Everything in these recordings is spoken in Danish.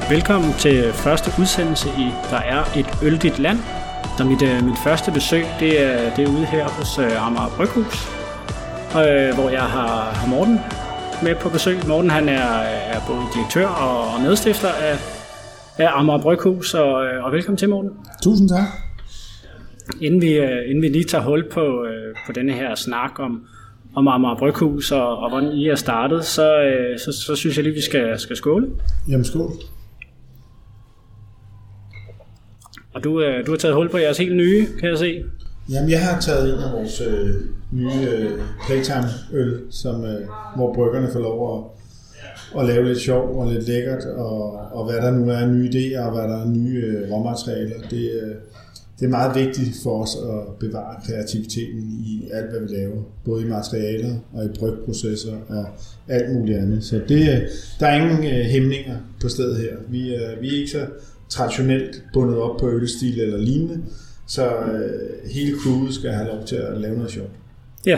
Velkommen til første udsendelse i Der er et øl dit land. Så mit første besøg, det er ude her hos Amager Bryghus, hvor jeg har Morten med på besøg. Morten han er både direktør og medstifter af Amager Bryghus, og velkommen til, Morten. Tusind tak. Inden vi lige tager hul på denne her snak om Amager Bryghus og hvordan I er startet, så synes jeg lige, vi skal skåle. Jamen skål. Og du har taget hul på jeres helt nye, kan jeg se. Jamen jeg har taget en af vores nye Playtime-øl, hvor bryggerne får lov at lave lidt sjov og lidt lækkert, og hvad der nu er nye idéer og hvad der er nye råmaterialer. Det er meget vigtigt for os at bevare kreativiteten i alt, hvad vi laver. Både i materialer og i brygprocesser og alt muligt andet. Så der er ingen hæmninger på stedet her. Vi er ikke så traditionelt bundet op på ølstil eller lignende. Så hele crewet skal have lov til at lave noget sjovt. Ja,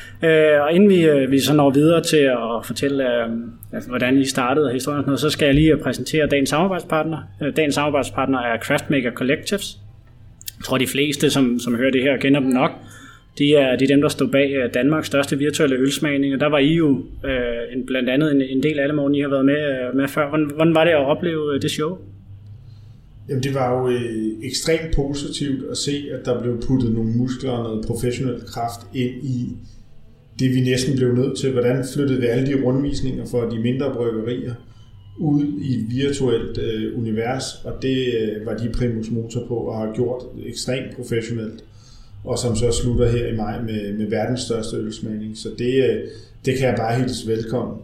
og inden vi så når videre til at fortælle, hvordan I startede historien, så skal jeg lige præsentere dagens samarbejdspartner. Dagens samarbejdspartner er Craftmaker Collectives. Jeg tror, de fleste, som hører det her, kender dem nok. De er dem, der stod bag Danmarks største virtuelle ølsmagning, og der var I jo blandt andet en del af det, Morten, I har været med før. Hvordan var det at opleve det show? Jamen, det var jo ekstremt positivt at se, at der blev puttet nogle muskler og noget professionel kraft ind i det, vi næsten blev nødt til. Hvordan flyttede vi alle de rundvisninger for de mindre bryggerier ud i et virtuelt univers, og det var de primus motor på og har gjort ekstremt professionelt, og som så slutter her i maj med verdens største ølsmagning. Så det kan jeg bare hilse velkommen.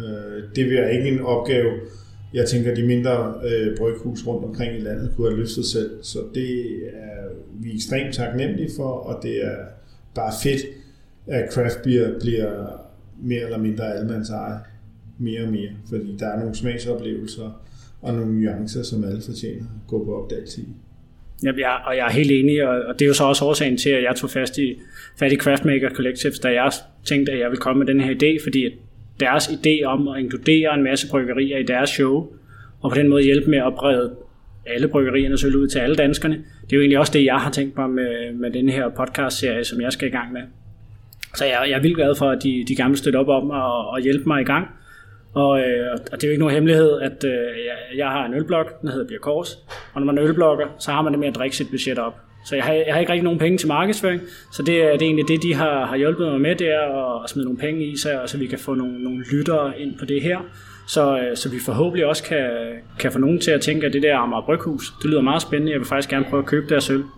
Det vil ikke en opgave, jeg tænker, de mindre bryghus rundt omkring i landet kunne have løftet selv, så det er vi ekstremt taknemmelige for, og det er bare fedt, at craft beer bliver mere eller mindre almands eje. Mere og mere, fordi der er nogle smagsoplevelser og nogle nuancer, som alle fortjener at gå på opdagelse i. Ja, og jeg er helt enig, og det er jo så også årsagen til, at jeg tog fat i Craftmaker Collectives, da jeg tænkte, at jeg ville komme med den her idé, fordi deres idé om at inkludere en masse bryggerier i deres show, og på den måde hjælpe med at brede alle bryggeriernes øl ud til alle danskerne, det er jo egentlig også det, jeg har tænkt mig med den her podcast-serie, som jeg skal i gang med. Så jeg er vildt glad for, at de gerne vil støtte op om at hjælpe mig i gang. Og det er jo ikke nogen hemmelighed, at jeg har en ølblog, den hedder Beer Kors, og når man er ølblogger, så har man det med at drikke sit budget op. Så jeg har ikke rigtig nogen penge til markedsføring, så det er egentlig det, de har hjulpet mig med, det er at smide nogle penge i, så vi kan få nogle lyttere ind på det her, så vi forhåbentlig også kan få nogen til at tænke, at det der Amager Bryghus, det lyder meget spændende, jeg vil faktisk gerne prøve at købe deres øl.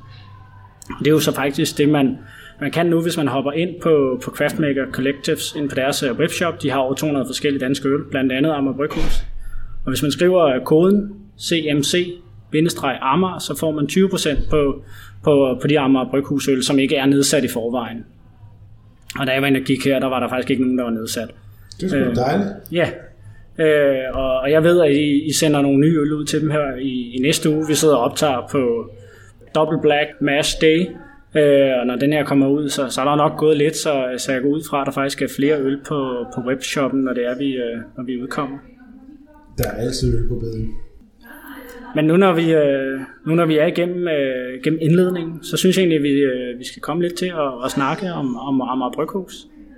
Og det er jo så faktisk det, man kan nu, hvis man hopper ind på Craftmaker Collectives, ind på deres webshop. De har over 200 forskellige danske øl, blandt andet Amager Bryghus. Og hvis man skriver koden CMC-Amager, så får man 20% på de Amager Bryghus øl, som ikke er nedsat i forvejen. Og da jeg var inde og gik her, der var der faktisk ikke nogen, der var nedsat. Det er sgu dejligt. Ja, og jeg ved, at I sender nogle nye øl ud til dem her i næste uge. Vi sidder og optager på Double Black Mash Day. Og når den her kommer ud, så er der nok gået lidt, så jeg går ud fra, at der faktisk er flere øl på webshoppen, når det er, når vi udkommer. Der er altid øl på bedring. Men nu når vi er igennem indledningen, så synes jeg egentlig, at vi skal komme lidt til at snakke om Amager Bryghus.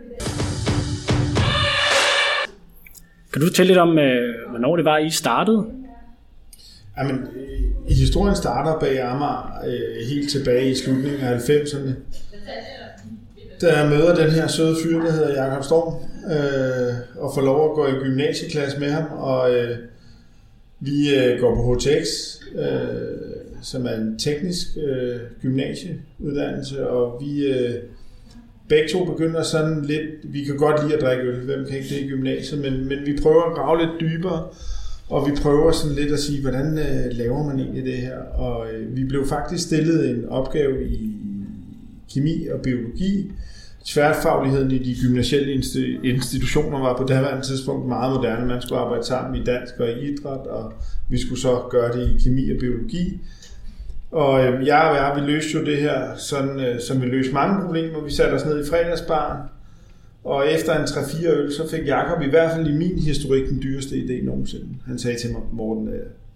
Kan du fortælle lidt om, hvornår det var, I startede? Jamen, historien starter bag Amager helt tilbage i slutningen af 90'erne. Da jeg møder den her søde fyr, der hedder Jakob Storm, og får lov at gå i gymnasieklasse med ham, og vi går på HTX, som er en teknisk gymnasieuddannelse, og vi begge to begynder sådan lidt, vi kan godt lide at drikke øl, hvem kan ikke det i gymnasiet, men vi prøver at grave lidt dybere, og vi prøver sådan lidt at sige, hvordan laver man egentlig det her? Og vi blev faktisk stillet en opgave i kemi og biologi. Tværfagligheden i de gymnasielle institutioner var på daværende tidspunkt meget moderne. Man skulle arbejde sammen i dansk og i idræt, og vi skulle så gøre det i kemi og biologi. Og vi løste jo det her, sådan, som vi løste mange problemer. Vi satte os ned i fredagsbaren, og efter en 3-4 øl, så fik Jakob i hvert fald i min historik den dyreste idé nogensinde. Han sagde til mig, Morten,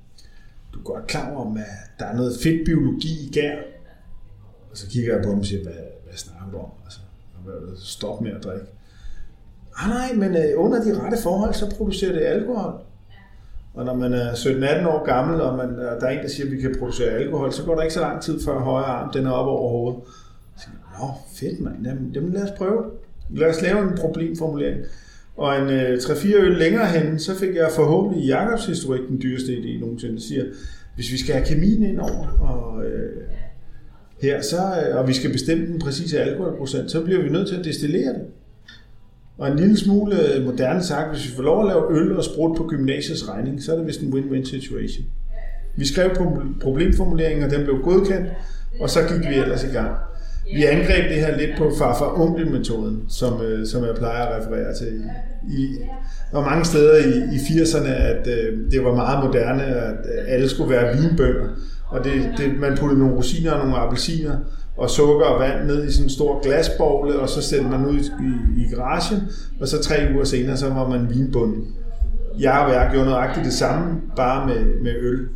du er godt klar over, at der er noget fedt biologi i gær. Og så kigger jeg på ham og siger, hvad snakker du om? Altså, stop med at drikke. Nej, men under de rette forhold, så producerer det alkohol. Og når man er 17-18 år gammel, og der er en, der siger, at vi kan producere alkohol, så går der ikke så lang tid før højre arm, den er oppe over hovedet. Så siger jeg, nå, fedt mand, jamen lad os prøve. Lad os lave en problemformulering. Og en 3-4 øl længere hen, så fik jeg forhåbentlig i Jacobs historik den dyreste idé nogensinde, der siger, hvis vi skal have kemien ind over, og vi skal bestemme den præcise alkoholprocent, så bliver vi nødt til at destillere det. Og en lille smule moderne sagt, hvis vi får lov at lave øl og sprut på gymnasiets regning, så er det vist en win-win situation. Vi skrev på problemformuleringen, og den blev godkendt, og så gik vi ellers i gang. Vi angreb det her lidt på farfar-onkel-metoden, som jeg plejer at referere til. Der var mange steder i 80'erne, at det var meget moderne, at alle skulle være vinbønder. Og man puttede nogle rosiner og nogle appelsiner og sukker og vand ned i sådan en stor glasbogle, og så sendte man ud i garagen, og så 3 uger senere, så var man vinbunden. Jeg gjorde nøjagtigt det samme, bare med øl.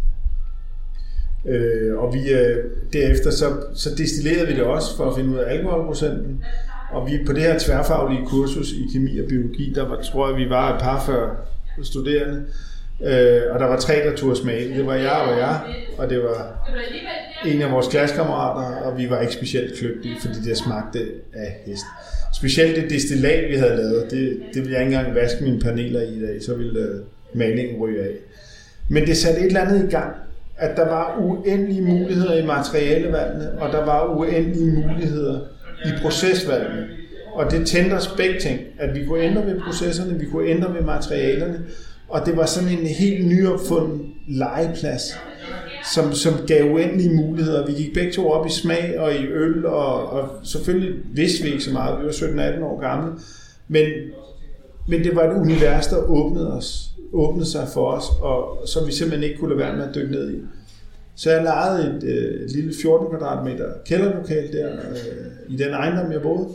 Og vi derefter så destillerede vi det også for at finde ud af alkoholprocenten. Og vi på det her tværfaglige kursus i kemi og biologi, tror jeg, vi var et par 40 studerende. Og der var 3, der turde smage. Det var jeg, og det var en af vores klassekammerater, og vi var ikke specielt kløgtige, fordi det smagte af hest. Specielt det destillat, vi havde lavet, det ville jeg ikke engang vaske mine paneler i dag, så ville malingen ryge af. Men det satte et eller andet i gang, at der var uendelige muligheder i materialevalgene, og der var uendelige muligheder i procesvalgene. Og det tændte os begge ting, at vi kunne ændre ved processerne, vi kunne ændre ved materialerne, og det var sådan en helt nyopfunden legeplads, som gav uendelige muligheder. Vi gik begge to op i smag og i øl, og selvfølgelig vidste vi ikke så meget. Vi var 17-18 år gamle, men det var et univers, der åbnede sig for os, og som vi simpelthen ikke kunne lade være med at dykke ned i. Så jeg lejede et lille 14 kvadratmeter kælderlokal der i den ejendom, jeg boede,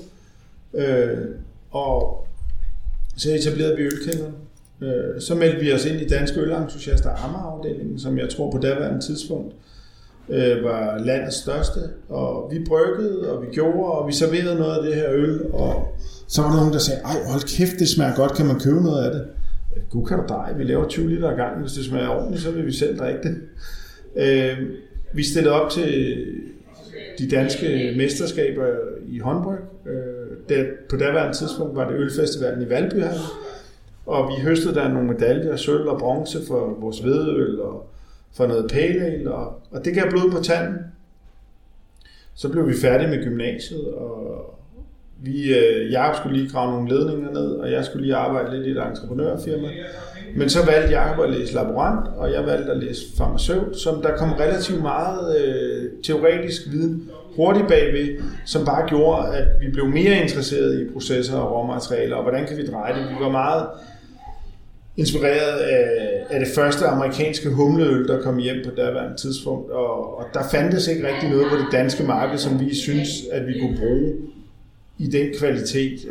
og så etablerede vi ølkælderen. Så meldte vi os ind i Danske Ølentusiaster Amager-afdelingen, som jeg tror på daværende tidspunkt var landets største, og vi bryggede, og vi gjorde, og vi serverede noget af det her øl, og så var der nogen, der sagde, ej, hold kæft, det smager godt, kan man købe noget af det? Gud kan du dreje, vi laver 20 liter ad gangen, hvis det smager ordentligt, så vil vi selv drikke det. Vi stillede op til de danske mesterskaber i håndbryg. På daværende tidspunkt var det ølfestivalen i Valbyhallen, og vi høstede der nogle medaljer, sølv og bronze for vores hvedeøl og for noget pale ale, og det gav blod på tanden. Så blev vi færdige med gymnasiet, og Jacob skulle lige grave nogle ledninger ned, og jeg skulle lige arbejde lidt i et entreprenørfirma. Men så valgte Jacob at læse laborant, og jeg valgte at læse farmaceut, som der kom relativt meget teoretisk viden hurtigt bagved, som bare gjorde, at vi blev mere interesserede i processer og råmaterialer, og hvordan kan vi dreje det. Vi var meget inspireret af det første amerikanske humleøl, der kom hjem på daværende tidspunkt, og der fandtes ikke rigtig noget på det danske marked, som vi synes, at vi kunne bruge i den kvalitet.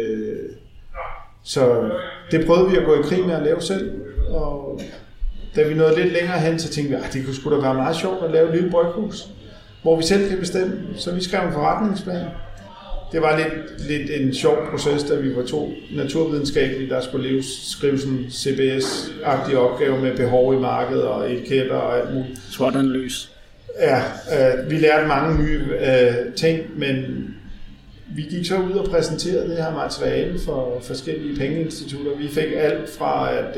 Så det prøvede vi at gå i krig med at lave selv, og da vi nåede lidt længere hen, så tænkte vi, at det kunne sgu da være meget sjovt at lave et lille bryghus, hvor vi selv kan bestemme. Så vi skrev en forretningsplan. Det var lidt en sjov proces, da vi var 2 naturvidenskabelige, der skulle skrive sådan en CBS-agtig opgave med behov i markedet og etiketter og alt muligt. SWOT-analyse. Ja, vi lærte mange nye ting, men vi gik så ud og præsenterede det her materiale for forskellige pengeinstitutter. Vi fik alt fra, at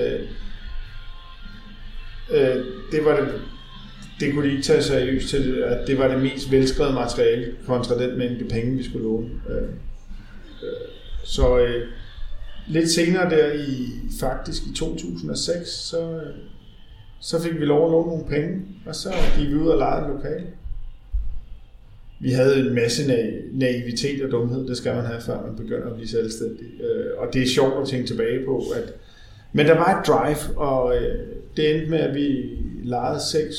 det kunne de ikke tage seriøst til, at det var det mest velskrevet materiale kontra den mængde penge, vi skulle låne. Så lidt senere der faktisk i 2006, så fik vi lov at låne nogle penge, og så gik vi ud og lejede et lokale. Vi havde en masse naivitet og dumhed, det skal man have, før man begynder at blive selvstændig. Og det er sjovt at tænke tilbage på. Men der var et drive, og det endte med, at vi lejede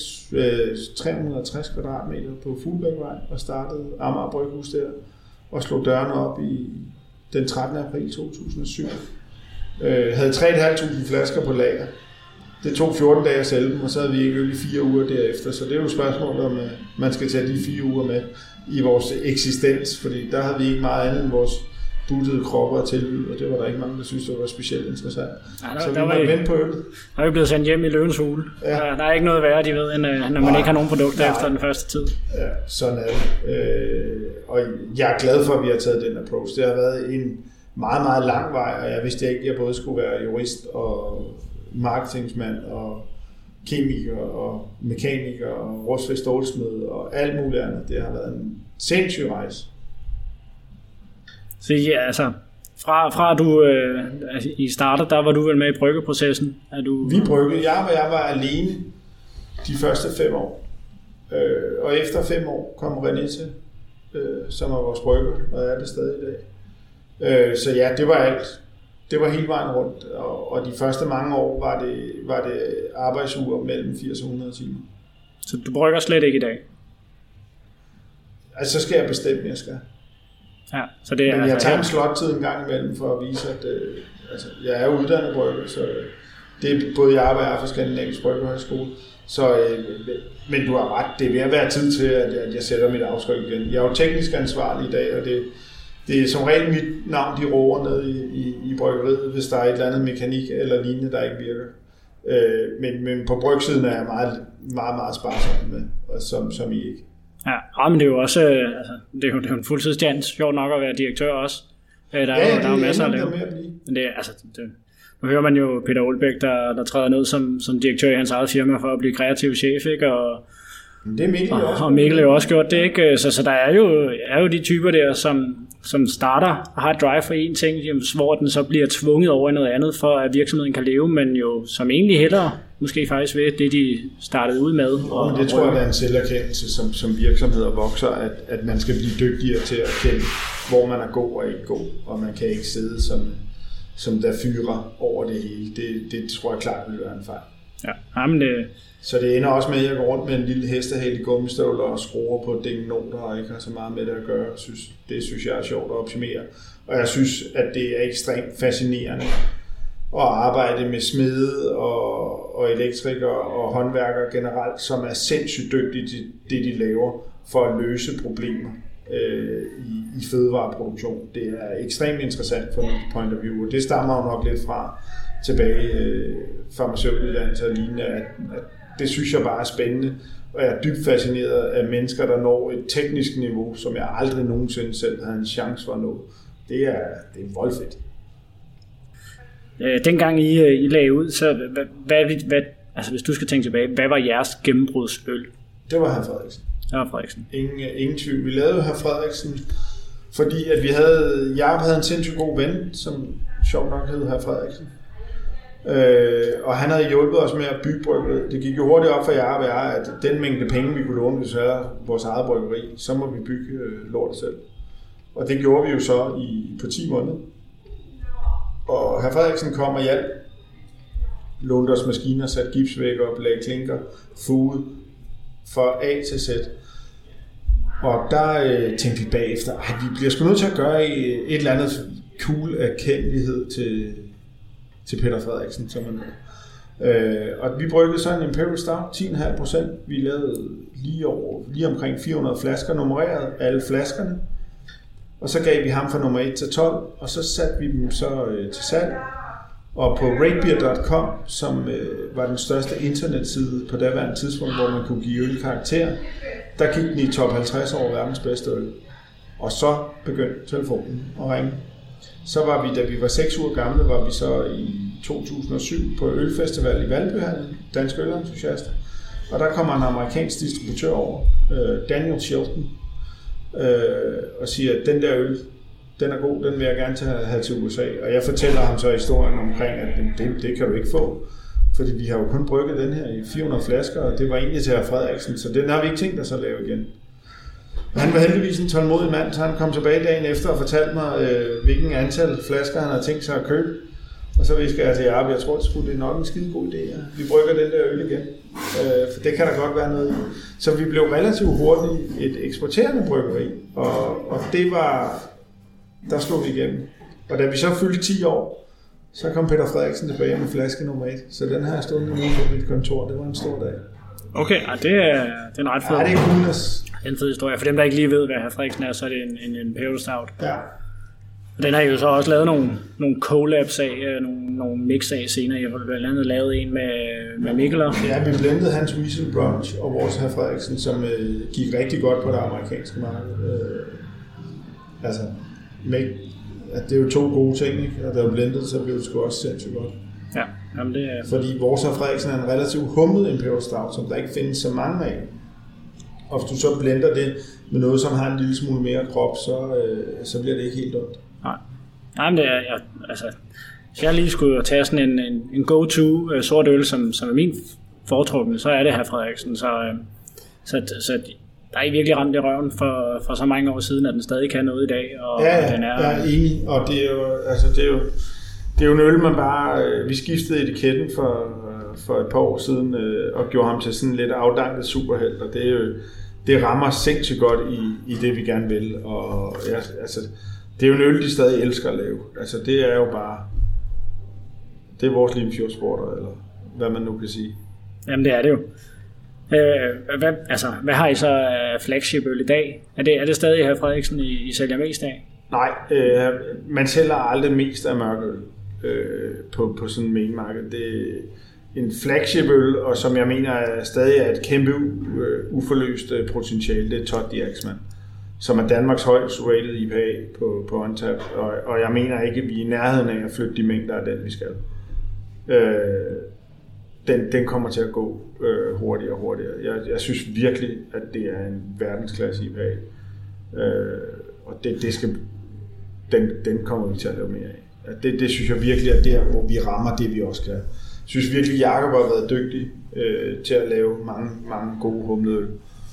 360 kvadratmeter på Fuglebækvej og startede Amager Bryghus der, og slog dørene op i den 13. april 2007. Havde 3.500 flasker på lager, Det tog 14 dage at sælge dem, og så havde vi ikke øl i 4 uger derefter. Så det er jo spørgsmålet, om man skal tage de 4 uger med i vores eksistens, fordi der havde vi ikke meget andet end vores buttede kropper at tilbyde, og det var der ikke mange, der synes, det var specielt interessant. Ja, så vi måtte vente på øllet. Der er jo blevet sendt hjem i løvens hule. Ja. Der er ikke noget værre, de ved, end når man ikke har nogen produkter efter den første tid. Ja, sådan er det. Og jeg er glad for, at vi har taget den approach. Det har været en meget, meget lang vej, og jeg vidste ikke, at jeg både skulle være jurist og marketingsmand og kemiker og mekaniker og rustfri stålsmed og alt muligt andet. Det har været en sindssyg rejse. Så ja, altså, fra du i starter, der var du vel med i bryggeprocessen? Vi bryggede. Jeg var alene de første 5 år. Og efter 5 år kom René til, som var vores brygger, og er det stadig i dag. Så ja, det var alt. Det var hele vejen rundt, og de første mange år var det arbejdsuger mellem 80 og 100 timer. Så du brygger slet ikke i dag? Altså, så skal jeg bestemme, jeg skal. Ja, så det er men jeg tager en slottid en gang imellem for at vise, at jeg er uddannet brygger, så det er både jeg og jeg fra Skandinavisk Bryggerhøjskole. Så, men du har ret, det er ved at være tid til, at jeg sætter mit aftryk igen. Jeg er jo teknisk ansvarlig i dag, og det er som regel mit navn, de roer ned i bryggeriet, hvis der er et eller andet mekanik eller lignende, der ikke virker. Men på brygsiden er jeg meget, meget, meget sparsom med, og som I ikke. Ja, men det er jo også det er jo en fuldtidstjans. Sjovt nok at være direktør også. Der er jo masser at lave. Men nu hører man jo Peter Olbæk, der træder ned som direktør i hans eget firma for at blive kreativ chef, ikke? Og det er Mikkel også. Og Mikkel har jo også gjort det, ikke? Så der er jo de typer der, som starter og har et drive for en ting, hvor den så bliver tvunget over i noget andet, for at virksomheden kan leve, men jo som egentlig hellere måske faktisk ved det, de startede ud med. Men det tror jeg, der er en selverkendelse, som virksomheder vokser, at man skal blive dygtigere til at kende, hvor man er god og ikke god, og man kan ikke sidde som der fyrer over det hele. Det tror jeg klart vil være en fejl. Ja, men så det ender også med, at jeg går rundt med en lille hestehale i gummistøvler og skruer på dingnoter og ikke har så meget med det at gøre. Det synes jeg er sjovt at optimere. Og jeg synes, at det er ekstremt fascinerende at arbejde med smede og elektrikere og håndværkere generelt, som er sindssygt dygtige til det, de laver for at løse problemer i fødevareproduktion. Det er ekstremt interessant fra mit point of view, og det stammer jo nok lidt fra tilbage farmaceutuddannelse og lignende, at det synes jeg bare er spændende, og jeg er dybt fascineret af mennesker, der når et teknisk niveau, som jeg aldrig nogensinde selv havde en chance for at nå. Det er voldfedt. Dengang I lagde ud, så hvad, altså hvis du skal tænke tilbage, hvad var jeres gennembrudsøl? Det var Hr. Frederiksen. Det var Frederiksen. Ingen tvivl. Vi lavede Hr. Frederiksen, fordi at jeg havde en sindssygt god ven, som sjovt nok hed Hr. Frederiksen. Og han havde hjulpet os med at bygge bryggeriet. Det gik jo hurtigt op for jer og jeg, at den mængde penge, vi kunne låne, hvis vi havde vores eget bryggeri, så må vi bygge lortet selv. Og det gjorde vi jo så på 10 måneder. Og Hr. Frederiksen kom og hjalp, lånte os maskiner, satte gipsvægge op, lagde klinker, fuge fra A til Z. Og der tænkte vi bagefter, at vi bliver sgu nødt til at gøre et eller andet cool erkendelighed til Peter Frederiksen. Og vi bryggede så en Imperial Stout, 10,5%. Vi lavede lige omkring 400 flasker, nummereret alle flaskerne. Og så gav vi ham fra nummer 1 til 12, og så satte vi dem så til salg. Og på ratebeer.com, som var den største internetside på daværende tidspunkt, hvor man kunne give øl karakter, der gik den i top 50 over verdens bedste øl. Og så begyndte telefonen at ringe. Så var vi, da vi var 6 uger gamle, var vi så i 2007 på Ølfestival i Valbyhallen, Dansk Ølentusiaster. Og der kommer en amerikansk distributør over, Daniel Shelton, og siger, at den der øl, den er god, den vil jeg gerne have til USA. Og jeg fortæller ham så historien omkring, at det kan du ikke få, fordi vi har jo kun brygget den her i 400 flasker, og det var egentlig til Hr. Frederiksen, så den har vi ikke tænkt os at lave igen. Han var heldigvis en tålmodig mand, så han kom tilbage dagen efter og fortalte mig, hvilken antal flasker han havde tænkt sig at købe. Og så visker jeg til jer, jeg tror, det er nok en skide god idé. Ja. Vi brygger den der øl igen, for det kan der godt være noget i. Så vi blev relativt hurtigt et eksporterende bryggeri, og det var, der slog vi igennem. Og da vi så fyldte 10 år, Så kom Peter Frederiksen tilbage med flaske nummer 1. Så den her stående ude på mit kontor, det var en stor dag. Okay, det er en ret fed. Ja, det er coolness. En fed historie. For dem, der ikke lige ved, hvad hr. Frederiksen er, så er det en Imperial Stout. Ja. Og den har I jo så også lavet nogle collabs af, nogle mix af senere. Jeg har blandt andet lavet en med Mikkeler. Ja, vi blendede hans Weasel Brunch og vores hr. Frederiksen, som gik rigtig godt på det amerikanske marked. Det er jo 2 gode ting, ikke? Og da vi blendede, så blev det sgu også sindssygt godt. Ja, jamen det er... Fordi vores hr. Frederiksen er en relativt humlet Imperial Stout, som der ikke findes så mange af. Og hvis du så blender det med noget, som har en lille smule mere krop, så bliver det ikke helt ondt. Nej, men det er... hvis jeg lige skulle tage sådan en go-to sort øl, som er min foretrukne, så er det hr. Frederiksen. Så der er I virkelig ramt i røven for så mange år siden, at den stadig kan noget i dag. Og den er, jeg er enig, og det er jo en øl, man bare... Vi skiftede etiketten for et par år siden, og gjorde ham til sådan lidt afdanket superhelt, og det rammer sindssygt godt i det, vi gerne vil. Og det er jo en øl, de stadig elsker at lave. Altså, det er jo bare... Det er vores Limfjordsporter, eller hvad man nu kan sige. Jamen, det er det jo. Hvad har I så flagship-øl i dag? Er det stadig hr. Frederiksen, I sælger mest af? Nej, man sælger aldrig mest af mørkeøl på sådan en mainmarked. Det er en flagship-øl, og som jeg mener stadig er et kæmpe uforløst potentiale, det er Todd the Axeman, som er Danmarks højst rated IPA på Untappd, og jeg mener ikke, at vi er i nærheden af at flytte de mængder af den, vi skal. Den kommer til at gå hurtigere og hurtigere. Jeg synes virkelig, at det er en verdensklasse IPA, og den kommer vi til at lave mere af. Det synes jeg virkelig er der, hvor vi rammer det, vi også kan. Jeg synes virkelig, at Jakob har været dygtig til at lave mange gode humleøl.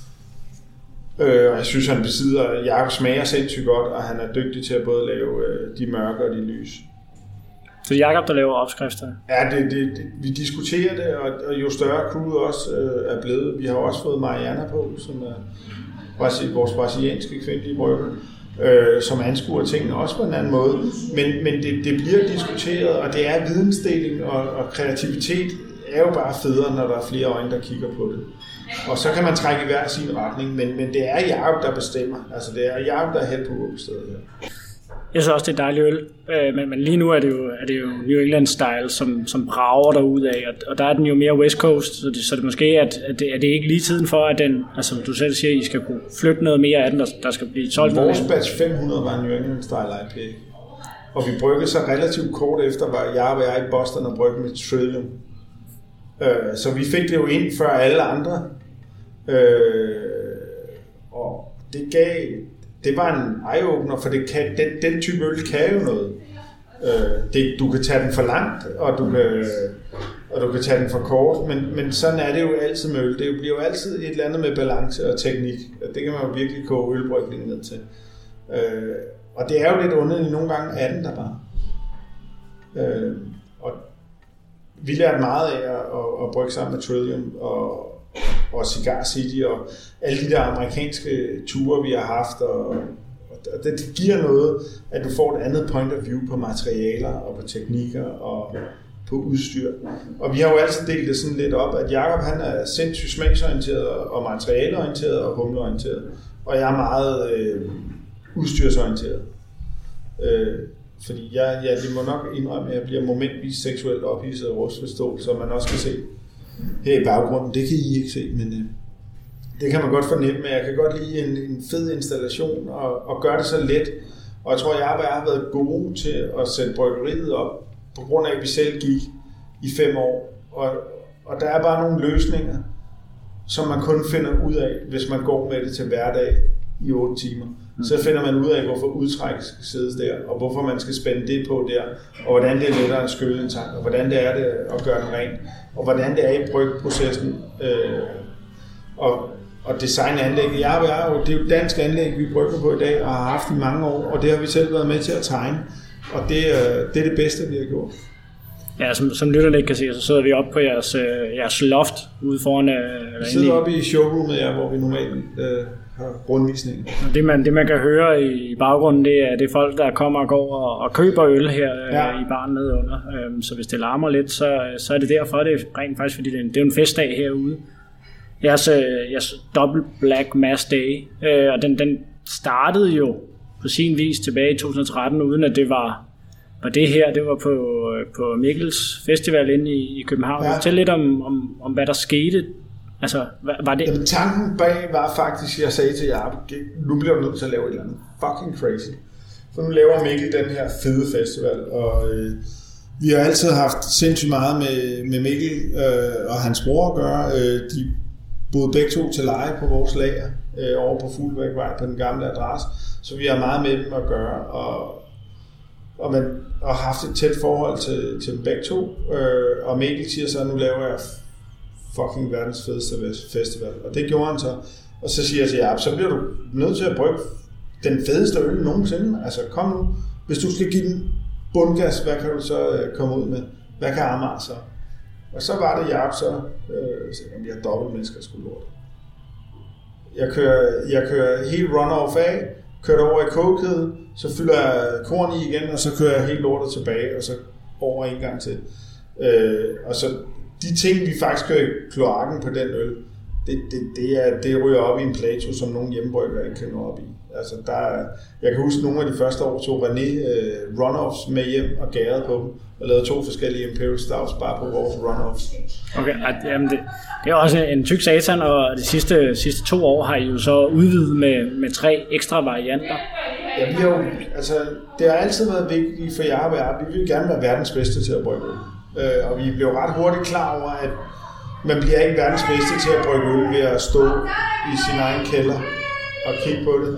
Og jeg synes, Jakob smager sindssygt godt, og han er dygtig til at både lave de mørke og de lys. Så Jakob, der laver opskrifter? Ja, vi diskuterer det, og jo større crewet også er blevet. Vi har også fået Mariana på, som er vores brasilianske kvindelige brygger, som anskuer tingene også på en anden måde. Men det bliver diskuteret, og det er vidensdeling, og kreativitet er jo bare federe, når der er flere øjne, der kigger på det. Og så kan man trække i hver sin retning, men det er Jakob, der bestemmer. Altså det er Jakob, der er helt på stedet her. Jeg synes også, det er dejligt øl, men lige nu er det jo New England style, som brager derud af, og der er den jo mere West Coast, så det er måske, at det ikke lige tiden for, at den, altså du selv siger, I skal kunne flytte noget mere af den, der skal blive solgt. Vores batch 500 var en New England style IPA, og vi bryggede så relativt kort efter, var jeg i Boston og bryggede med Trillium. Så vi fik det jo ind før alle andre, og det var en eye-opener, for den type øl kan jo noget. Du kan tage den for langt, og du kan tage den for kort, men sådan er det jo altid med øl. Det bliver jo altid et eller andet med balance og teknik. Det kan man jo virkelig koge ølbrygningen ned til. Og det er jo lidt underligt nogle gange af den der bare. Og vi lærte meget af at brygge sammen med Trillium og Cigar City og alle de der amerikanske ture, vi har haft, og det giver noget, at du får et andet point of view på materialer og på teknikker og på udstyr. Og vi har jo altid delt det sådan lidt op, at Jakob han er sindssygt smagsorienteret og materialeorienteret og humleorienteret, og jeg er meget udstyrsorienteret. Fordi det må nok indrømme, at jeg bliver momentvis seksuelt ophidset af rustforståelse, som man også kan se her i baggrunden. Det kan I ikke se, men det kan man godt fornemme. Jeg kan godt lide en fed installation og gøre det så let. Og jeg tror, jeg har været gode til at sætte bryggeriet op, på grund af, at vi selv gik i 5 år. Og der er bare nogle løsninger, som man kun finder ud af, hvis man går med det til hverdag i 8 timer. Så finder man ud af, hvorfor udtræk skal siddes der, og hvorfor man skal spænde det på der, og hvordan det er lettere at skylle en tank, og hvordan det er det at gøre den ren, og hvordan det er i bryggeprocessen, og design anlæg. Det er jo et dansk anlæg, vi brygger på i dag, og har haft i mange år, og det har vi selv været med til at tegne, og det er det bedste, vi har gjort. Ja, som lytterne ikke kan se, så sidder vi oppe på jeres loft ude foran. Vi sidder oppe i showroomet, hvor vi normalt rundvisningen. Det man kan høre i baggrunden, det er folk, der kommer og går og køber øl her i baren nede under. Så hvis det larmer lidt, så er det derfor, det er rent faktisk, fordi det er jo en festdag herude. Jeres Double Black Mass Day, og den startede jo på sin vis tilbage i 2013, uden at det var det her. Det var på Mikkels Festival inde i København. Ja. Fortæl lidt om hvad der skete. Altså, var det... Jamen, tanken bag var faktisk, jeg sagde til jer, nu bliver du nødt til at lave et eller andet fucking crazy. For nu laver Mikkel den her fede festival, og vi har altid haft sindssygt meget med Mikkel og hans bror at gøre. De boede begge to til leje på vores lager over på Fuglebækvej på den gamle adresse, så vi har meget med dem at gøre, og haft et tæt forhold til dem begge to. Og Mikkel siger så, at nu laver jeg fucking verdens fedeste festival. Og det gjorde han så. Og så siger jeg til jer, så bliver du nødt til at brygge den fedeste øl nogensinde. Altså kom nu. Hvis du skal give den bundgas, hvad kan du så komme ud med? Hvad kan Amager så? Og så var det Jaap så, vi har dobbeltmennesker sgu lort. Jeg kører helt run-off af, kører over i kogekæden, så fylder jeg korn i igen, og så kører jeg helt lortet tilbage, og så over en gang til. Og så de ting, vi faktisk kører i kloakken på den øl, det ryger op i en plato, som nogle hjemmebrygger ikke kan nå op i. Altså jeg kan huske, nogle af de første år tog René runoffs med hjem og gærede på dem, og lavede 2 forskellige Imperial Stouts bare på vores runoffs. Okay, jamen det er også en tyk satan, og de sidste 2 år har I jo så udvidet med 3 ekstra varianter. Ja, vi har jo, altså, det har altid været vigtigt for jer og jer. Vi vil gerne være verdens bedste til at brygge øl. Og vi blev ret hurtigt klar over, at man bliver ikke verdens bedste til at brygge øl ved at stå i sin egen kælder og kigge på det.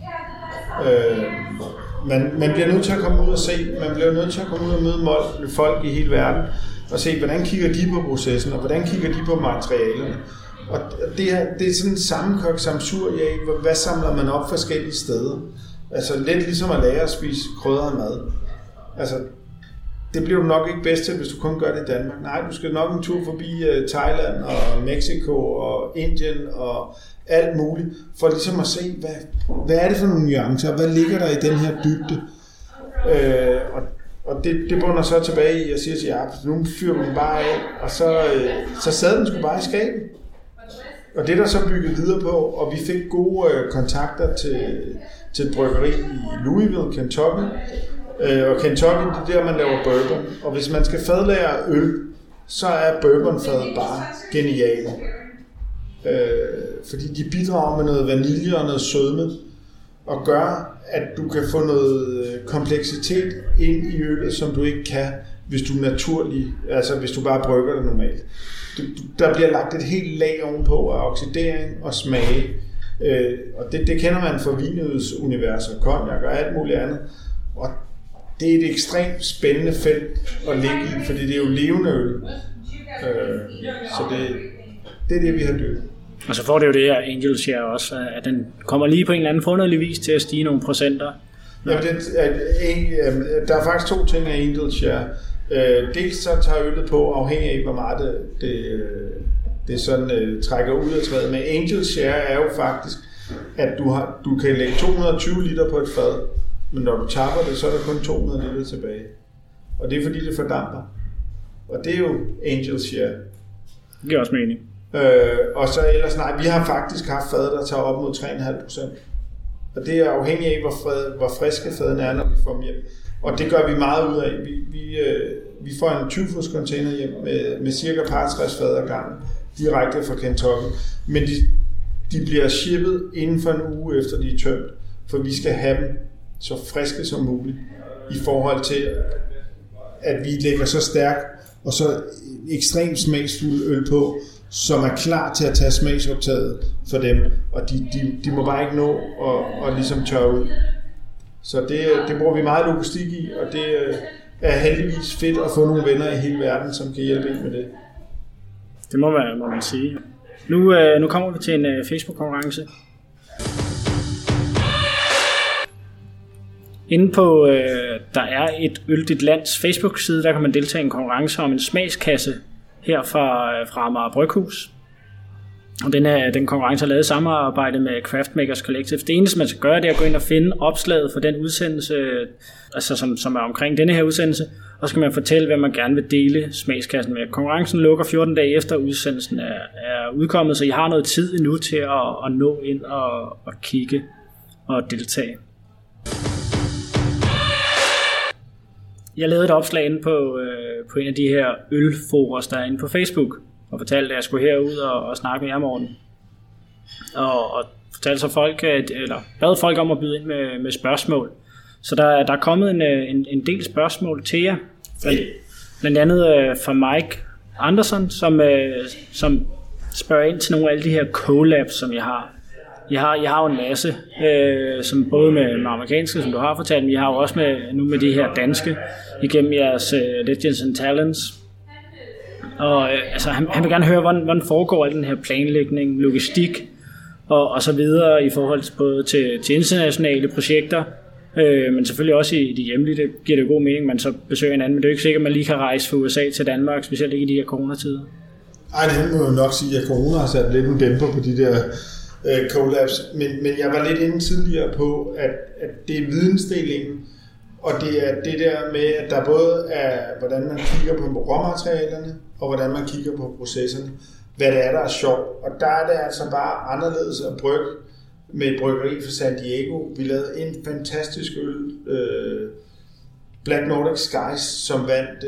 Man bliver nødt til at komme ud og se, man bliver nødt til at komme ud og møde folk i hele verden og se, hvordan kigger de på processen, og hvordan kigger de på materialerne. Og det er sådan en sammenkogt samsur af, hvad samler man op forskellige steder. Altså lidt ligesom at lære at spise krydret mad. Altså, det bliver du nok ikke bedst til, hvis du kun gør det i Danmark. Nej, du skal nok en tur forbi Thailand og Mexico og Indien og alt muligt, for ligesom at se, hvad er det for nogle nuancer, hvad ligger der i den her dybde. Og det bunder så tilbage i, jeg siger til jer, nu fyrer du den bare af, og så sad den sgu bare i skabet. Og det der så bygget videre på, og vi fik gode kontakter til et bryggeri i Louisville, Kentucky. Og Kentucky, det er der, man laver bourbon. Og hvis man skal fadlære øl, så er bourbonfadet bare geniale. Fordi de bidrager med noget vanilje og noget sødme, og gør, at du kan få noget kompleksitet ind i øllet, som du ikke kan, hvis du hvis du bare brygger det normalt. Der bliver lagt et helt lag ovenpå af oxidering og smage. Og det kender man fra vinødets univers og cognac og alt muligt andet. Og det er et ekstremt spændende felt at ligge i, fordi det er jo levende øl. Så det er det, vi har dyrket. Og så får det jo det her Angel Share også, at den kommer lige på en eller anden forunderlig vis til at stige nogle procenter. Jamen, der er faktisk 2 ting af Angel Share. Dels så tager øllet på, afhængig af hvor meget det sådan trækker ud af træet. Men Angel Share er jo faktisk, at du kan lægge 220 liter på et fad, men når du tapper det, så er der kun 200 liter tilbage. Og det er fordi, det fordamper. Og det er jo Angel Share. Det giver også mening. Og så ellers vi har faktisk haft fad, der tager op mod 3,5%. Og det er afhængigt af, hvor friske faden er, når vi får dem hjem. Og det gør vi meget ud af. Vi får en 20-fods container hjem med cirka par 60 fad ad gangen, direkte fra Kentucky. Men de bliver shippet inden for en uge efter de er tømt, for vi skal have dem så friske som muligt i forhold til, at vi lægger så stærkt og så ekstremt smagsfuld øl på, som er klar til at tage smagsoptaget for dem, og de må bare ikke nå at ligesom tørre ud. Så det bruger vi meget logistik i, og det er heldigvis fedt at få nogle venner i hele verden, som kan hjælpe ind med det. Det må man sige. Nu kommer vi til en Facebook-konkurrence. Inde på der er et Øl Dit Lands Facebook-side, der kan man deltage i en konkurrence om en smagskasse her fra Amager Bryghus. Og den konkurrence er lavet i samarbejde med Craftmakers Collective. Det eneste, man skal gøre, det er at gå ind og finde opslaget for den udsendelse, altså som er omkring denne her udsendelse, og så skal man fortælle, hvad man gerne vil dele smagskassen med. Konkurrencen lukker 14 dage efter udsendelsen er udkommet, så I har noget tid endnu til at nå ind og kigge og deltage. Jeg lavede et opslag inde på en af de her ølforers, der er inde på Facebook, og fortalte, at jeg skulle herud og snakke med jer om morgenen. Og fortalte så folk, bad folk om at byde ind med spørgsmål. Så der er kommet en del spørgsmål til jer. Blandt andet fra Mike Andersen, som spørger ind til nogle af alle de her collabs, som jeg har. Jeg har jo en masse, som både med amerikanske, som du har fortalt, men jeg har jo også med de her danske, igennem jeres Legends and Talents. Og altså, han vil gerne høre, hvordan foregår al den her planlægning, logistik og så videre i forhold til både til internationale projekter, men selvfølgelig også i de hjemlige. Det giver det god mening, man så besøger hinanden, men det er jo ikke sikkert, at man lige kan rejse fra USA til Danmark, specielt ikke i de her coronatider. Ej, det må jo nok sige, at corona har sat lidt en dæmper på de der collabs, men jeg var lidt inde tidligere på, at det er vidensdelingen, og det er det der med, at der både er, hvordan man kigger på råmaterialerne, og hvordan man kigger på processerne, hvad det er, der er sjovt. Og der er det altså bare anderledes at brygge med et bryggeri fra San Diego. Vi lavede en fantastisk øl, Black Nordic Skies, som vandt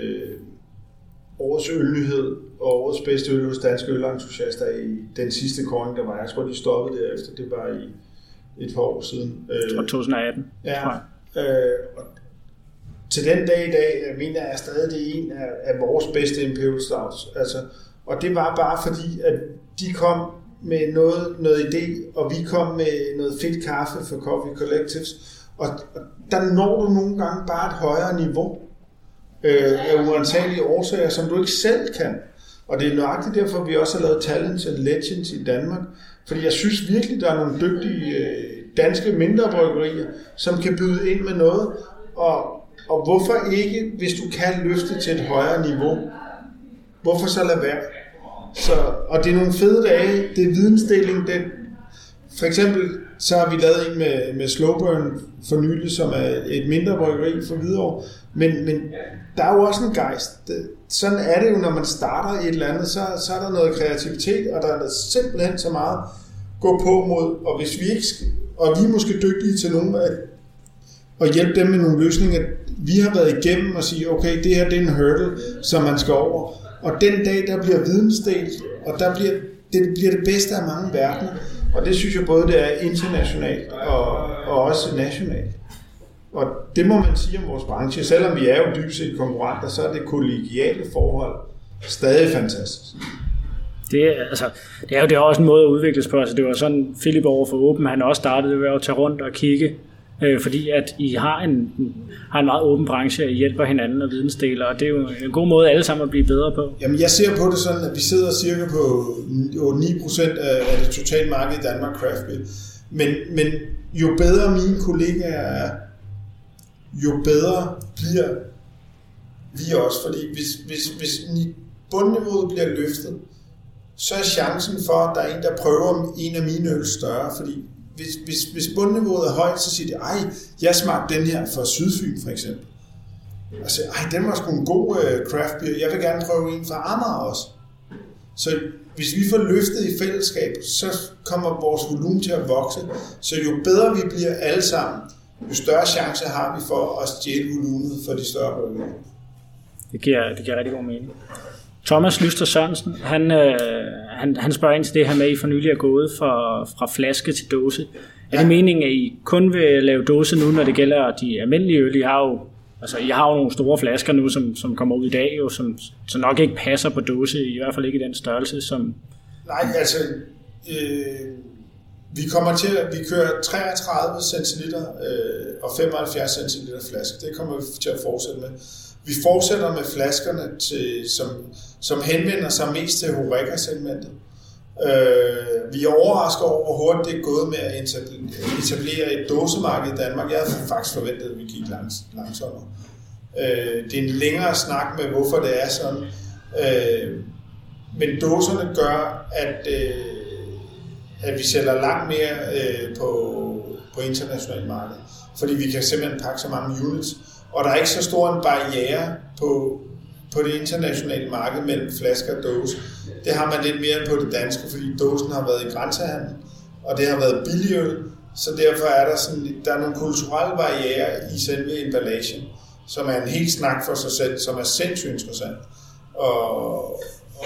årets ølnyhed og årets bedste øl hos danske ølentusiaster i den sidste kåring, der var. Jeg tror, de stoppede derefter. Det var i et par år siden. 2018. Ja. Og til den dag i dag, mener jeg stadig, det er en af vores bedste Imperial Stouts. Altså, og det var bare fordi, at de kom med noget idé, og vi kom med noget fedt kaffe for Coffee Collectives. Og der når du nogle gange bare et højere niveau af uantagelige årsager, som du ikke selv kan. Og det er nøjagtigt derfor, vi også har lavet Talents and Legends i Danmark. Fordi jeg synes virkelig, der er nogle dygtige danske mindre bryggerier, som kan byde ind med noget. Og hvorfor ikke, hvis du kan løfte til et højere niveau? Hvorfor så lade være? Og det er nogle fede dage, det er vidensdeling. For eksempel så har vi lavet en med Slowburn for nylig, som er et mindre bryggeri for Hvidovre. Men der er jo også en gejst. Sådan er det jo, når man starter et eller andet, så er der noget kreativitet, og der er simpelthen så meget gå på mod. Og hvis vi ikke, og vi er måske dygtige til nogen at hjælpe dem med nogle løsninger, vi har været igennem og sige, okay, det her det er en hurdle, som man skal over. Og den dag, der bliver vidensdelt, og det bliver det bedste af mange verdener. Og det synes jeg både, det er internationalt og også nationalt. Og det må man sige om vores branche. Selvom vi er jo dybest set konkurrenter, så er det kollegiale forhold stadig fantastisk. Det er jo også en måde at udvikles på. Altså, det var sådan, Philip over for Åben, han også startede ved at tage rundt og kigge, fordi at I har en meget åben branche, og I hjælper hinanden og vidensdeler, og det er jo en god måde alle sammen at blive bedre på. Jamen, jeg ser på det sådan, at vi sidder cirka på 9% af det totale marked i Danmark craft beer. Men jo bedre mine kollegaer er, jo bedre bliver vi også, fordi hvis bundniveauet bliver løftet, så er chancen for, at der er en, der prøver en af mine øl større, fordi hvis bundniveauet er højt, så siger de, jeg smagte den her fra Sydfyn for eksempel. Og så den var sgu en god craft beer, jeg vil gerne prøve en fra Amager også. Så hvis vi får løftet i fællesskab, så kommer vores volumen til at vokse, så jo bedre vi bliver alle sammen, jo større chance har vi for at stjæle volumet for de større bryggerier. Det giver rigtig god mening. Thomas Lyster Sørensen, han spørger ind til det her med, at I for nylig er gået fra flaske til dåse. Er det meningen, at I kun vil lave dåse nu, når det gælder de almindelige øl? I har jo nogle store flasker nu, som kommer ud i dag, jo, som nok ikke passer på dåse, i hvert fald ikke i den størrelse, som... Nej, altså... Vi kører 33 centiliter og 75 centiliter flaske. Det kommer vi til at fortsætte med. Vi fortsætter med flaskerne, som henvender sig mest til Horeca-segmentet. Vi er overrasket over, hvor hurtigt det er gået med at etablere et dåsemarked i Danmark. Jeg havde faktisk forventet, at vi gik langsommere. Det er en længere snak med, hvorfor det er sådan. Men dåserne gør, at vi sælger langt mere på internationalt marked, fordi vi kan simpelthen pakke så mange units, og der er ikke så stor en barriere på det internationale marked mellem flasker og dåse. Det har man lidt mere på det danske, fordi dåsen har været i grænsehandel, og det har været billig øl, så derfor er der er nogle kulturelle barrierer i selve emballagen, som er en helt snak for sig selv, som er sindssygt interessant. Og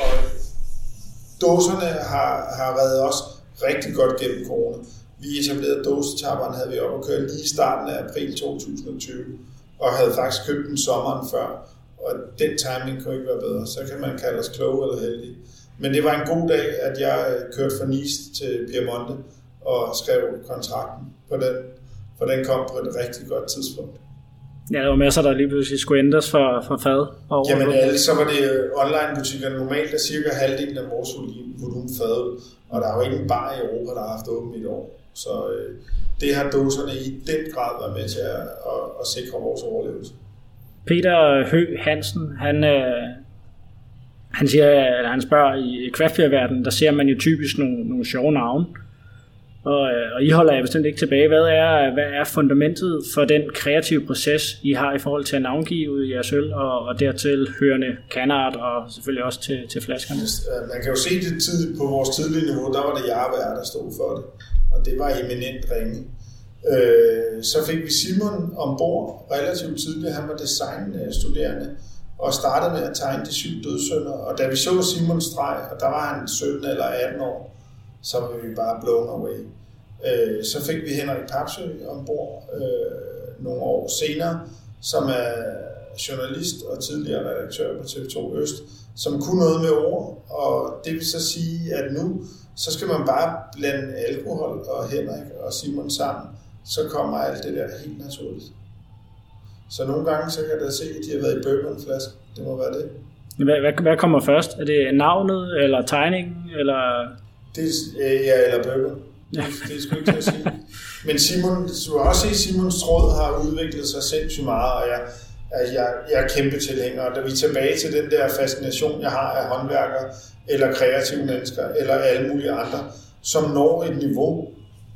dåserne har været også rigtig godt gennem corona. Vi etablerede dåsetapperen, havde vi op at køre lige i starten af april 2020, og havde faktisk købt den sommeren før, og den timing kunne ikke være bedre. Så kan man kalde os kloge eller heldige. Men det var en god dag, at jeg kørte fra Nice til Piemonte og skrev kontrakten på den, for den kom på et rigtig godt tidspunkt. Ja, der var masser, der lige pludselig skulle ændres for fad. Jamen så var det online-butikkerne. Normalt er cirka halvdelen af vores volumen fadøl, og der er jo ikke en bar i Europa, der har haft åbent i et år. Så det har dåserne i den grad været med til at sikre vores overlevelse. Peter Høgh Hansen, han siger, eller han spørger, i craftbeer-verdenen, der ser man jo typisk nogle sjove navne. Og I holder jeg bestemt ikke tilbage. Hvad er fundamentet for den kreative proces, I har i forhold til at navngive jeres øl, og dertil hørende canart, og selvfølgelig også til flaskerne? Man kan jo se det tidligt på vores tidlige niveau, der var det Jarvær, der stod for det. Og det var eminent ringe. Så fik vi Simon ombord relativt tidligt. Han var designstuderende og startede med at tegne de 7 dødssynder. Og da vi så Simons streg, og der var han 17 eller 18 år, så var vi bare blown away. Så fik vi Henrik Papsø ombord nogle år senere, som er journalist og tidligere redaktør på TV2 Øst, som kunne noget med ord, og det vil så sige, at nu så skal man bare blande alkohol og Henrik og Simon sammen, så kommer alt det der helt naturligt. Så nogle gange så kan jeg da se, at de har været i bourbonflaske. Det må være det. Hvad kommer først? Er det navnet, eller tegningen, eller... eller bourbon. Ja. Det er sgu ikke til at sige. Men Simon, du har også set, Simons tråd har udviklet sig sindssygt meget, og jeg er kæmpe tilhænger. Og da vi er tilbage til den der fascination, jeg har af håndværkere, eller kreative mennesker, eller alle mulige andre, som når et niveau,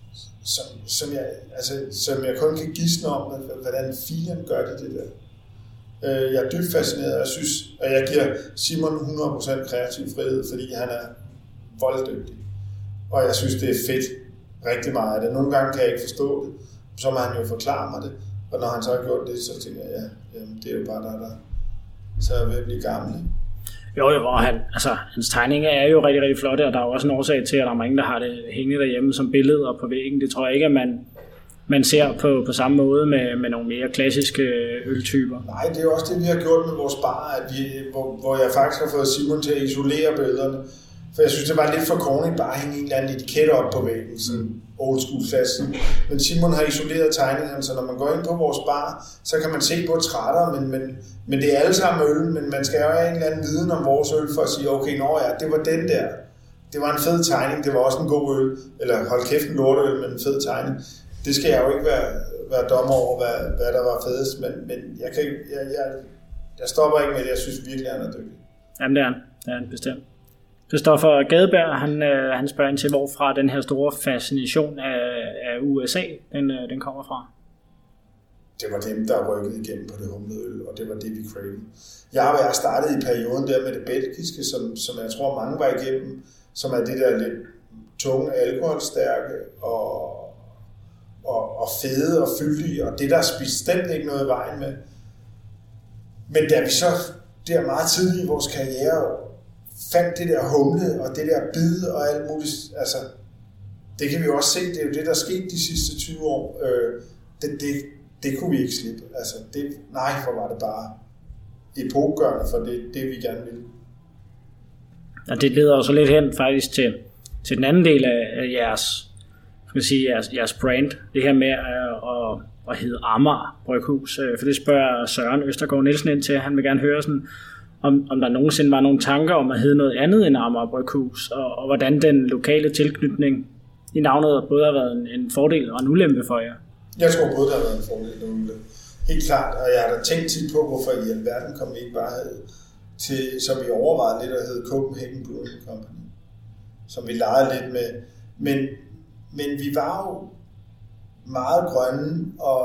som jeg kun kan gisne om, hvordan filen gør det der. Jeg er dybt fascineret, og jeg synes, at jeg giver Simon 100% kreativ frihed, fordi han er volddygtig. Og jeg synes, det er fedt rigtig meget af det. Nogle gange kan jeg ikke forstå det, så må han jo forklare mig det. Og når han så har gjort det, så tænker jeg, jamen, det er jo bare der så er jeg ved at blive gammel. Jo, og hans tegninger er jo rigtig, rigtig flotte, og der er jo også en årsag til, at der er mange, der har det hængende derhjemme som billeder på væggen. Det tror jeg ikke, at man ser på samme måde med nogle mere klassiske øltyper. Nej, det er jo også det, vi har gjort med vores bar, at hvor jeg faktisk har fået Simon til at isolere billederne. For jeg synes, det var lidt for corny bare at hænge en eller anden etikette op på væggen, sådan old school fast. Men Simon har isoleret tegningerne, så når man går ind på vores bar, så kan man se portrætter, men det er alle sammen øl, men man skal jo have en eller anden viden om vores øl for at sige, okay, det var den der. Det var en fed tegning, det var også en god øl, eller hold kæft en lorteøl, men en fed tegning. Det skal jeg jo ikke være dommer over, hvad der var fedest, men jeg stopper ikke med det, jeg synes virkelig, han er dygtig. Jamen det er han bestemt. Christoffer Gadeberg, han spørger ind til, hvorfra den her store fascination af USA, den kommer fra. Det var dem, der rykkede igennem på det humlede øl, og det var det, vi cravede. Jeg har startet i perioden der med det belgiske, som jeg tror mange var igennem, som er det der lidt tunge, alkoholstærke og fede og fyldige, og det der er bestemt ikke noget i vejen med. Men da vi så der meget tidligt i vores karriere fandt det der humle og det der bid og alt muligt, altså det kan vi jo også se, det er jo det, der skete de sidste 20 år. Det kunne vi ikke slippe. Altså, hvor var det bare epokegørende for det vi gerne ville. Og det leder også lidt hen faktisk til den anden del af jeres brand, det her med at hedde Amager Bryghus, for det spørger Søren Østergaard Nielsen ind til. Han vil gerne høre sådan, om der nogensinde var nogle tanker om at hedde noget andet end Amager Bryghus, og hvordan den lokale tilknytning i navnet både har været en fordel og en ulempe for jer. Jeg tror både, der har været en fordel og en ulempe. Helt klart, og jeg har da tænkt tit på, hvorfor i alverden kom vi ikke bare havde som vi overvejede lidt at hedde Copenhagen Brewing Company, som vi legede lidt med. Men vi var jo meget grønne,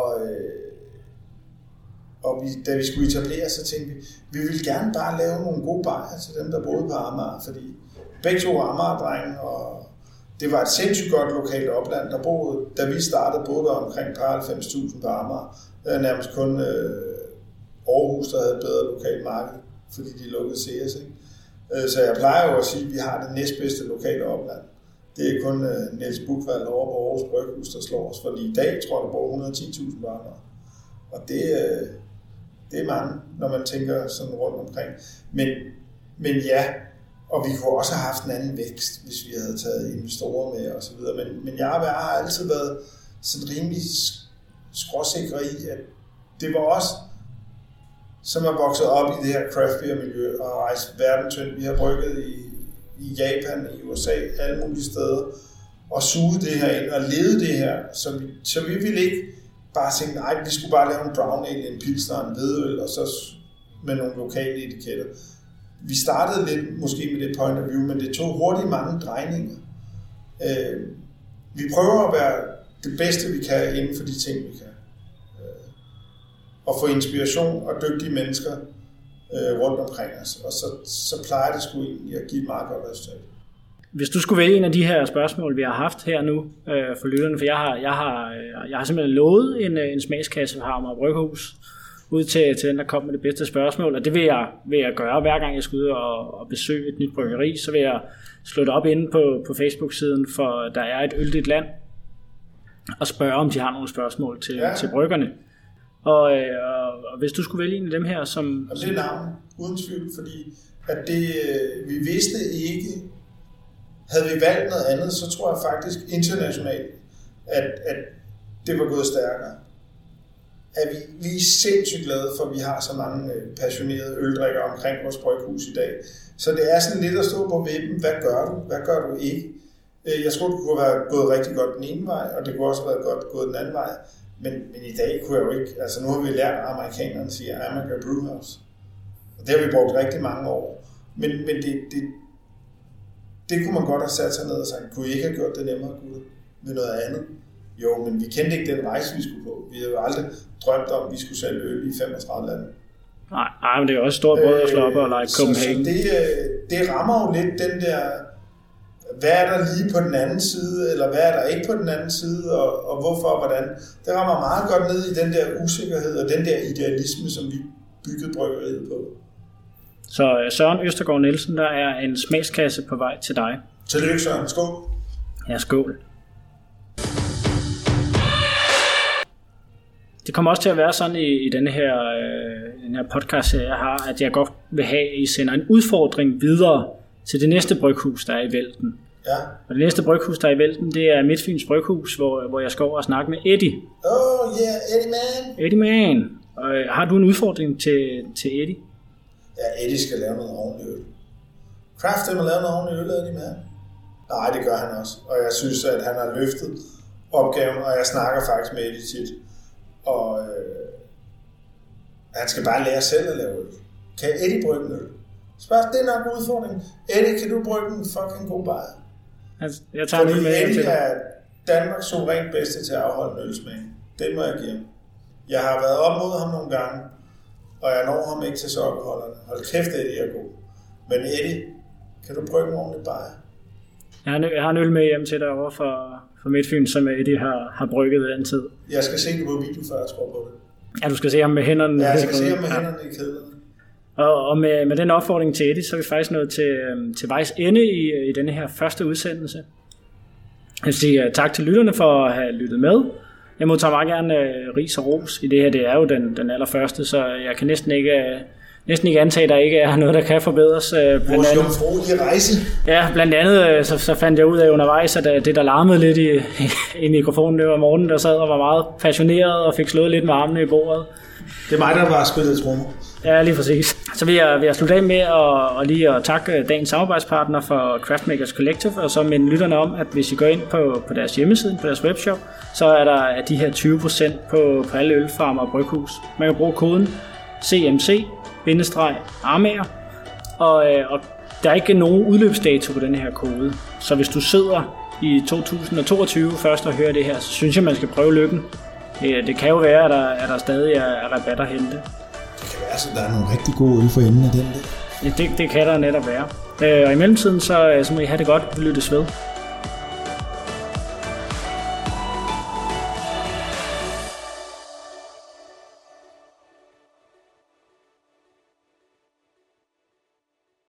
og da vi skulle etablere, så tænkte vi ville gerne bare lave nogle gode bajer til dem, der boede på Amager, fordi begge to var Amager-drenge, og det var et sindssygt godt lokalt opland, der boede, da vi startede, boede der omkring 93.000 på Amager. Det var nærmest kun Aarhus, der havde et bedre lokalt marked, fordi de lukkede CS. Ikke? Så jeg plejer jo at sige, at vi har det næstbedste lokale opland. Det er kun Niels Buchwald over på Aarhus Bryghus, der slår os, for lige i dag tror jeg, der bor 110.000 på Amager. Og det er mange, når man tænker sådan rundt omkring. Men ja, og vi kunne også have haft en anden vækst, hvis vi havde taget investorer med og så videre. Men jeg har altid været sådan rimelig skråsikker i, at det var os, som er vokset op i det her craft beer miljø og rejst verden tyndt. Vi har brygget i Japan, i USA, alle mulige steder, og suget det her ind og levet det her. Så vi ville ikke bare tænke, nej, vi skulle bare lave en brown ale, en pilsner, en hvedøl, og så med nogle lokale etiketter. Vi startede lidt måske med det point of view, men det tog hurtigt mange drejninger. Vi prøver at være det bedste, vi kan inden for de ting, vi kan. Og få inspiration og dygtige mennesker rundt omkring os. Og så plejer det sgu egentlig at give et meget godt resultat. Hvis du skulle vælge en af de her spørgsmål, vi har haft her nu for lytterne, for jeg har simpelthen lovet en smagskasse fra Amager Bryghus ud til den, der kom med det bedste spørgsmål, og det vil jeg gøre, hver gang jeg skal ud og besøge et nyt bryggeri, så vil jeg slå det op inde på Facebook-siden, for der er et øldigt land, og spørge, om de har nogle spørgsmål til bryggerne. Og hvis du skulle vælge en af dem her, som... Og det er navn, uden tvivl, fordi at vi vidste ikke, havde vi valgt noget andet, så tror jeg faktisk internationalt, at det var gået stærkere. At vi er sindssygt glade for, at vi har så mange passionerede øldrikkere omkring vores bryghus i dag. Så det er sådan lidt at stå på vippen. Hvad gør du? Hvad gør du ikke? Jeg tror, det kunne være gået rigtig godt den ene vej, og det kunne også være godt gået den anden vej. Men i dag kunne jeg jo ikke... Altså nu har vi lært, at amerikanerne siger Amager Brewhouse. Og det har vi brugt rigtig mange år. Men det kunne man godt have sat sig ned og sagt, kunne I ikke have gjort det nemmere, Gud, med noget andet? Jo, men vi kendte ikke den rejse, vi skulle på. Vi havde jo aldrig drømt om, at vi skulle sælge øl i 35 lande. Nej, men det er jo også stort både at slå op og like Copenhagen. Så det rammer jo lidt den der, hvad er der lige på den anden side, eller hvad er der ikke på den anden side, og hvorfor og hvordan. Det rammer meget godt ned i den der usikkerhed og den der idealisme, som vi byggede bryggeriet på. Så Søren Østergaard Nielsen, der er en smagskasse på vej til dig. Tillykke, Søren. Skål. Ja, skål. Det kommer også til at være sådan i den her podcast, jeg har, at jeg godt vil have, at I sender en udfordring videre til det næste bryghus, der er i Vælten. Ja. Og det næste bryghus, der er i Vælten, det er Midtfyns Bryghus, hvor jeg skal over og snakke med Eddie. Oh yeah, Eddie man. Eddie man. Og har du en udfordring til Eddie? Ja, Eddie skal lave noget ordentligt øl. Craft dem at lave noget ordentligt øl, Eddie man. Nej, det gør han også. Og jeg synes, at han har løftet opgaven, og jeg snakker faktisk med Eddie tit. Og han skal bare lære selv at lave øl. Kan Eddie brygge en øl? Spørgsmålet, det er nok en udfordring. Eddie, kan du brygge en fucking god bajer? Jeg tager fordi med Eddie er Danmarks suverænt bedste til at afholde en ølsmag. Det må jeg give ham. Jeg har været op mod ham nogle gange, og jeg når ham ikke til sokkerholderne. Hold kæft, Eddie er god. Men Eddie, kan du brygge en ordentlig bajer? Jeg har en øl med hjem til dig over for Midtfyn, som Eddie har brygget den tid. Jeg skal se det på video, før jeg tror på det. Ja, du skal se ham med hænderne. Ja, jeg skal se ham med hænderne i kedlerne. Og med den opfordring til Eddie, så er vi faktisk nået til vejs ende i denne her første udsendelse. Jeg vil sige tak til lytterne for at have lyttet med. Jeg modtager meget gerne ris og ros i det her. Det er jo den allerførste, så jeg kan næsten ikke antage, at der ikke er noget, der kan forbedres. Vores jomfruelige rejse. Ja, blandt andet så fandt jeg ud af undervejs, at det der larmede lidt i mikrofonen, det var Morten, der sad og var meget passioneret og fik slået lidt med armene i bordet. Det er mig, der var spillet trommer. Ja, lige præcis. Så vil jeg slutte af med at takke dagens samarbejdspartner for Craftmakers Collective, og så minde lytterne om, at hvis I går ind på deres hjemmeside, på deres webshop, så er der de her 20% på alle øl fra Amager Bryghus. Man kan bruge koden CMC-Amager, og der er ikke nogen udløbsdato på den her kode. Så hvis du sidder i 2022 først og hører det her, så synes jeg, man skal prøve lykken. Det kan jo være, at der stadig er rabat at hente. Det kan være, at der er nogle rigtig gode øl for enden af den der. Ja, det kan der netop være. Og i mellemtiden, så må I have det godt. Vi lyttes ved.